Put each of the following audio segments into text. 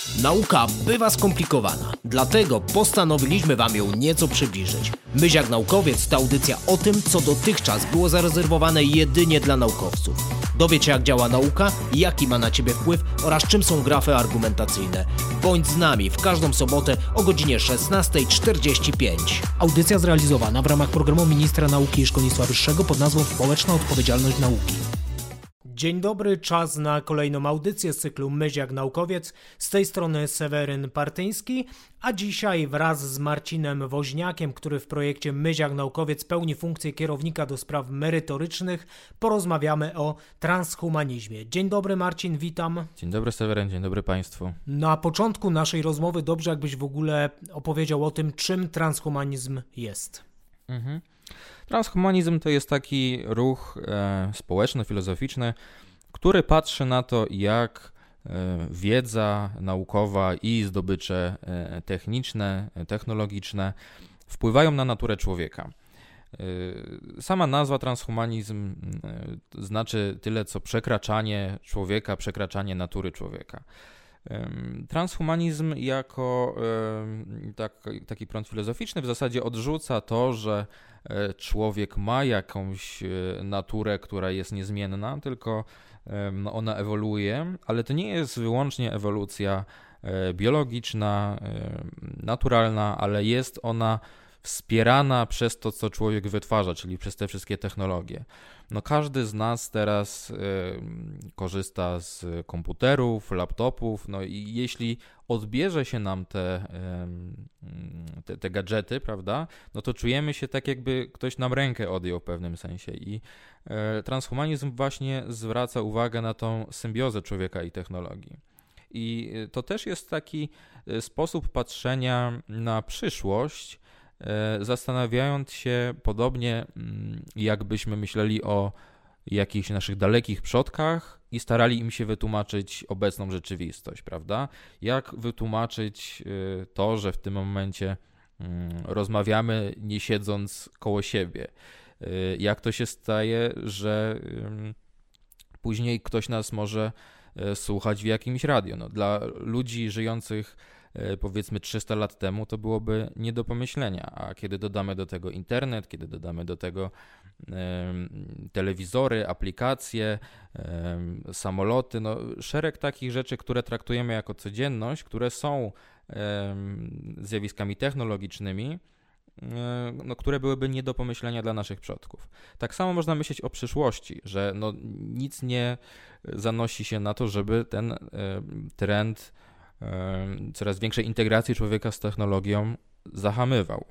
Nauka bywa skomplikowana, dlatego postanowiliśmy Wam ją nieco przybliżyć. Myś jak naukowiec to audycja o tym, co dotychczas było zarezerwowane jedynie dla naukowców. Dowiedz się, jak działa nauka, jaki ma na Ciebie wpływ oraz czym są grafy argumentacyjne. Bądź z nami w każdą sobotę o godzinie 16:45. Audycja zrealizowana w ramach programu Ministra Nauki i Szkolnictwa Wyższego pod nazwą Społeczna Odpowiedzialność Nauki. Dzień dobry, czas na kolejną audycję z cyklu Myś jak naukowiec. Z tej strony Seweryn Partyński, a dzisiaj wraz z Marcinem Woźniakiem, który w projekcie Myś jak naukowiec pełni funkcję kierownika do spraw merytorycznych, porozmawiamy o transhumanizmie. Dzień dobry Marcin, witam. Dzień dobry Seweryn, dzień dobry Państwu. Na początku naszej rozmowy dobrze jakbyś w ogóle opowiedział o tym, czym transhumanizm jest. Transhumanizm to jest taki ruch społeczno-filozoficzny, który patrzy na to, jak wiedza naukowa i zdobycze techniczne, technologiczne wpływają na naturę człowieka. Sama nazwa transhumanizm znaczy tyle, co przekraczanie człowieka, przekraczanie natury człowieka. Transhumanizm jako taki prąd filozoficzny w zasadzie odrzuca to, że człowiek ma jakąś naturę, która jest niezmienna, tylko ona ewoluuje, ale to nie jest wyłącznie ewolucja biologiczna, naturalna, ale jest ona wspierana przez to, co człowiek wytwarza, czyli przez te wszystkie technologie. No każdy z nas teraz korzysta z komputerów, laptopów, no i jeśli odbierze się nam te gadżety, prawda, no to czujemy się tak, jakby ktoś nam rękę odjął w pewnym sensie i transhumanizm właśnie zwraca uwagę na tą symbiozę człowieka i technologii. I to też jest taki sposób patrzenia na przyszłość, zastanawiając się podobnie, jakbyśmy myśleli o jakichś naszych dalekich przodkach i starali im się wytłumaczyć obecną rzeczywistość, prawda? Jak wytłumaczyć to, że w tym momencie rozmawiamy nie siedząc koło siebie? Jak to się staje, że później ktoś nas może słuchać w jakimś radio? No, dla ludzi żyjących powiedzmy 300 lat temu to byłoby nie do pomyślenia, a kiedy dodamy do tego internet, kiedy dodamy do tego telewizory, aplikacje, samoloty, no szereg takich rzeczy, które traktujemy jako codzienność, które są zjawiskami technologicznymi, no, które byłyby nie do pomyślenia dla naszych przodków. Tak samo można myśleć o przyszłości, że no, nic nie zanosi się na to, żeby ten trend coraz większej integracji człowieka z technologią zahamywał.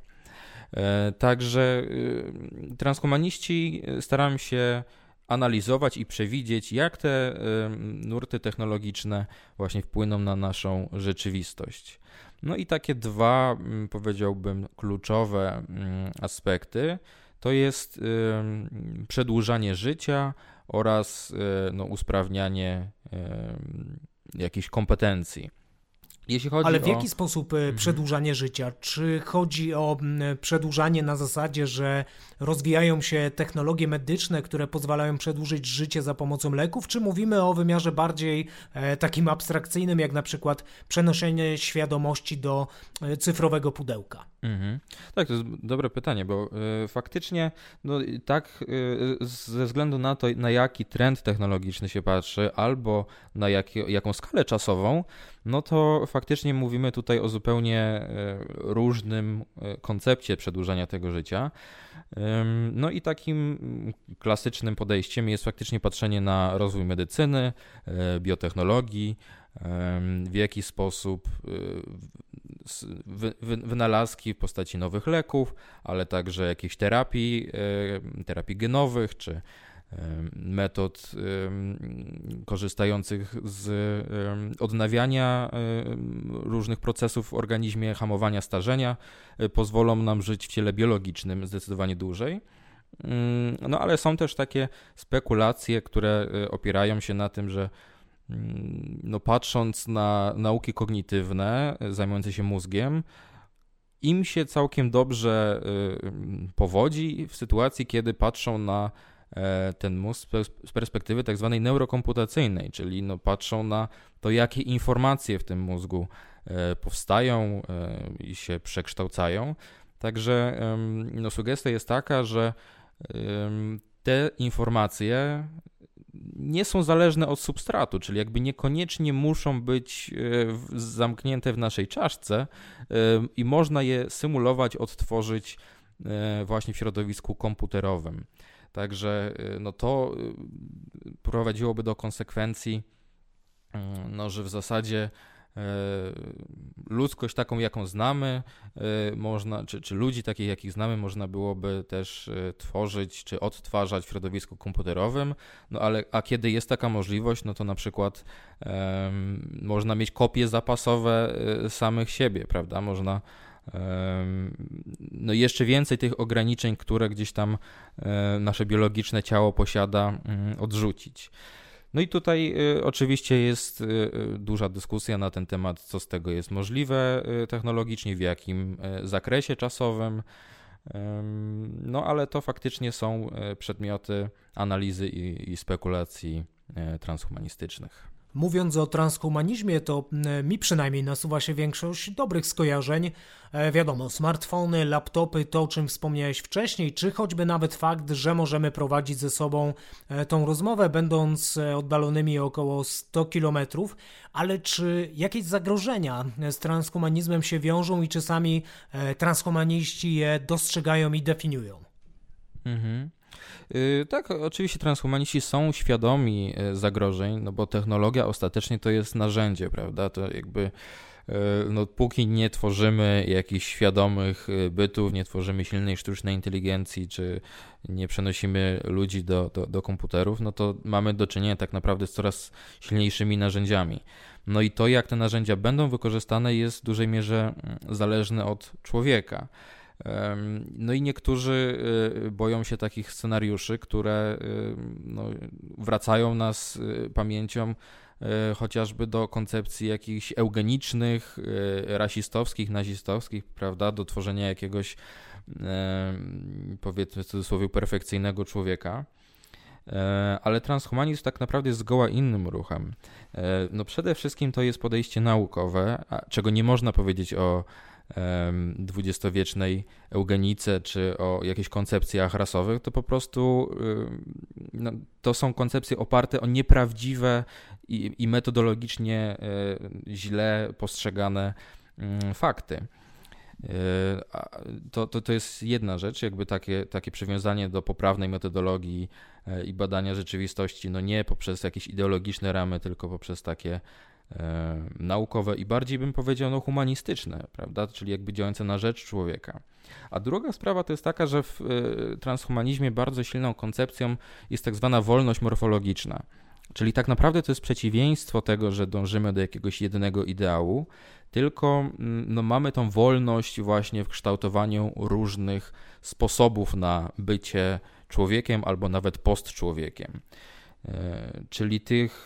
Także transhumaniści starają się analizować i przewidzieć, jak te nurty technologiczne właśnie wpłyną na naszą rzeczywistość. No i takie dwa, powiedziałbym, kluczowe aspekty to jest przedłużanie życia oraz usprawnianie jakichś kompetencji. Ale w jaki sposób przedłużanie życia? Czy chodzi o przedłużanie na zasadzie, że rozwijają się technologie medyczne, które pozwalają przedłużyć życie za pomocą leków, czy mówimy o wymiarze bardziej takim abstrakcyjnym, jak na przykład przenoszenie świadomości do cyfrowego pudełka? Tak, to jest dobre pytanie, bo faktycznie tak ze względu na to, na jaki trend technologiczny się patrzy, albo na jaką skalę czasową, no to faktycznie mówimy tutaj o zupełnie różnym koncepcie przedłużania tego życia. No i takim klasycznym podejściem jest faktycznie patrzenie na rozwój medycyny, biotechnologii, w jaki sposób wynalazki w postaci nowych leków, ale także jakichś terapii genowych, czy metod korzystających z odnawiania różnych procesów w organizmie, hamowania starzenia, pozwolą nam żyć w ciele biologicznym zdecydowanie dłużej. No ale są też takie spekulacje, które opierają się na tym, że patrząc na nauki kognitywne zajmujące się mózgiem, im się całkiem dobrze powodzi w sytuacji, kiedy patrzą na ten mózg z perspektywy tak zwanej neurokomputacyjnej, czyli no patrzą na to, jakie informacje w tym mózgu powstają i się przekształcają. Także no, sugestia jest taka, że te informacje nie są zależne od substratu, czyli jakby niekoniecznie muszą być zamknięte w naszej czaszce i można je symulować, odtworzyć właśnie w środowisku komputerowym. Także no to prowadziłoby do konsekwencji, no, że w zasadzie ludzkość taką, jaką znamy, można, czy ludzi takich, jakich znamy, można byłoby też tworzyć, czy odtwarzać w środowisku komputerowym, no ale a kiedy jest taka możliwość, no to na przykład można mieć kopie zapasowe samych siebie, prawda, można no jeszcze więcej tych ograniczeń, które gdzieś tam nasze biologiczne ciało posiada, odrzucić. No i tutaj oczywiście jest duża dyskusja na ten temat, co z tego jest możliwe technologicznie, w jakim zakresie czasowym, no ale to faktycznie są przedmioty analizy i spekulacji transhumanistycznych. Mówiąc o transhumanizmie, to mi przynajmniej nasuwa się większość dobrych skojarzeń. Wiadomo, smartfony, laptopy, to o czym wspomniałeś wcześniej, czy choćby nawet fakt, że możemy prowadzić ze sobą tą rozmowę, będąc oddalonymi około 100 km, ale czy jakieś zagrożenia z transhumanizmem się wiążą i czy sami transhumaniści je dostrzegają i definiują? Tak, oczywiście transhumaniści są świadomi zagrożeń, no bo technologia ostatecznie to jest narzędzie, prawda, to jakby no, póki nie tworzymy jakichś świadomych bytów, nie tworzymy silnej sztucznej inteligencji, czy nie przenosimy ludzi do komputerów, no to mamy do czynienia tak naprawdę z coraz silniejszymi narzędziami. No i to, jak te narzędzia będą wykorzystane, jest w dużej mierze zależne od człowieka. No i niektórzy boją się takich scenariuszy, które no, wracają nas pamięcią chociażby do koncepcji jakichś eugenicznych, rasistowskich, nazistowskich, prawda, do tworzenia jakiegoś, powiedzmy w cudzysłowie, perfekcyjnego człowieka. Ale transhumanizm tak naprawdę jest zgoła innym ruchem. No przede wszystkim to jest podejście naukowe, czego nie można powiedzieć o dwudziestowiecznej eugenice czy o jakichś koncepcjach rasowych, to po prostu no, to są koncepcje oparte o nieprawdziwe i metodologicznie źle postrzegane fakty. To jest jedna rzecz, jakby takie przywiązanie do poprawnej metodologii i badania rzeczywistości, no nie poprzez jakieś ideologiczne ramy, tylko poprzez takie naukowe i bardziej bym powiedział no humanistyczne, prawda, czyli jakby działające na rzecz człowieka. A druga sprawa to jest taka, że w transhumanizmie bardzo silną koncepcją jest tak zwana wolność morfologiczna, czyli tak naprawdę to jest przeciwieństwo tego, że dążymy do jakiegoś jednego ideału, tylko no, mamy tą wolność właśnie w kształtowaniu różnych sposobów na bycie człowiekiem albo nawet postczłowiekiem. Czyli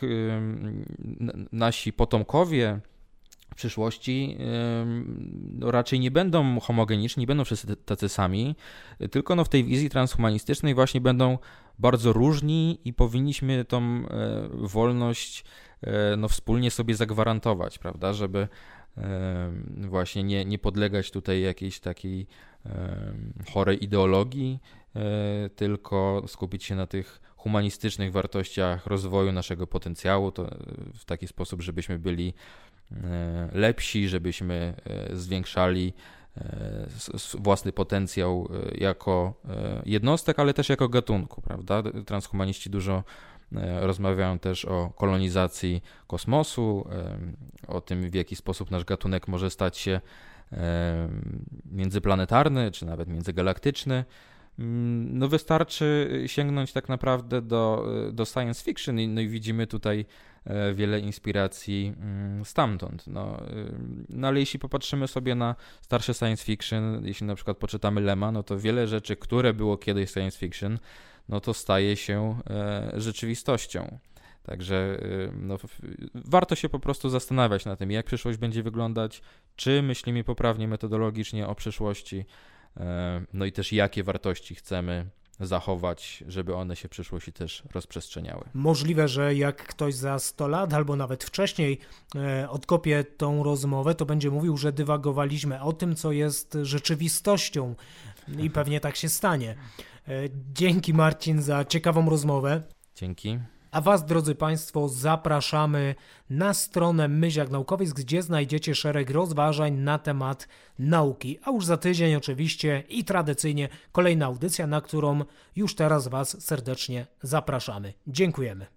nasi potomkowie w przyszłości no, raczej nie będą homogeniczni, nie będą wszyscy tacy sami, tylko no, w tej wizji transhumanistycznej właśnie będą bardzo różni i powinniśmy tą wolność no, wspólnie sobie zagwarantować, prawda, żeby właśnie nie podlegać tutaj jakiejś takiej chorej ideologii, tylko skupić się na tych humanistycznych wartościach rozwoju naszego potencjału, to w taki sposób, żebyśmy byli lepsi, żebyśmy zwiększali własny potencjał jako jednostek, ale też jako gatunku, prawda? Transhumaniści dużo rozmawiają też o kolonizacji kosmosu, o tym, w jaki sposób nasz gatunek może stać się międzyplanetarny, czy nawet międzygalaktyczny. No wystarczy sięgnąć tak naprawdę do science fiction no i widzimy tutaj wiele inspiracji stamtąd. No ale jeśli popatrzymy sobie na starsze science fiction, jeśli na przykład poczytamy Lema, no to wiele rzeczy, które było kiedyś science fiction, no to staje się rzeczywistością. Także no, warto się po prostu zastanawiać nad tym, jak przyszłość będzie wyglądać, czy myślimy poprawnie metodologicznie o przyszłości, no i też jakie wartości chcemy zachować, żeby one się w przyszłości też rozprzestrzeniały. Możliwe, że jak ktoś za 100 lat albo nawet wcześniej odkopie tą rozmowę, to będzie mówił, że dywagowaliśmy o tym, co jest rzeczywistością i pewnie tak się stanie. Dzięki, Marcin, za ciekawą rozmowę. Dzięki. A Was, drodzy Państwo, zapraszamy na stronę Myśl jak Naukowiec, gdzie znajdziecie szereg rozważań na temat nauki. A już za tydzień oczywiście i tradycyjnie kolejna audycja, na którą już teraz Was serdecznie zapraszamy. Dziękujemy.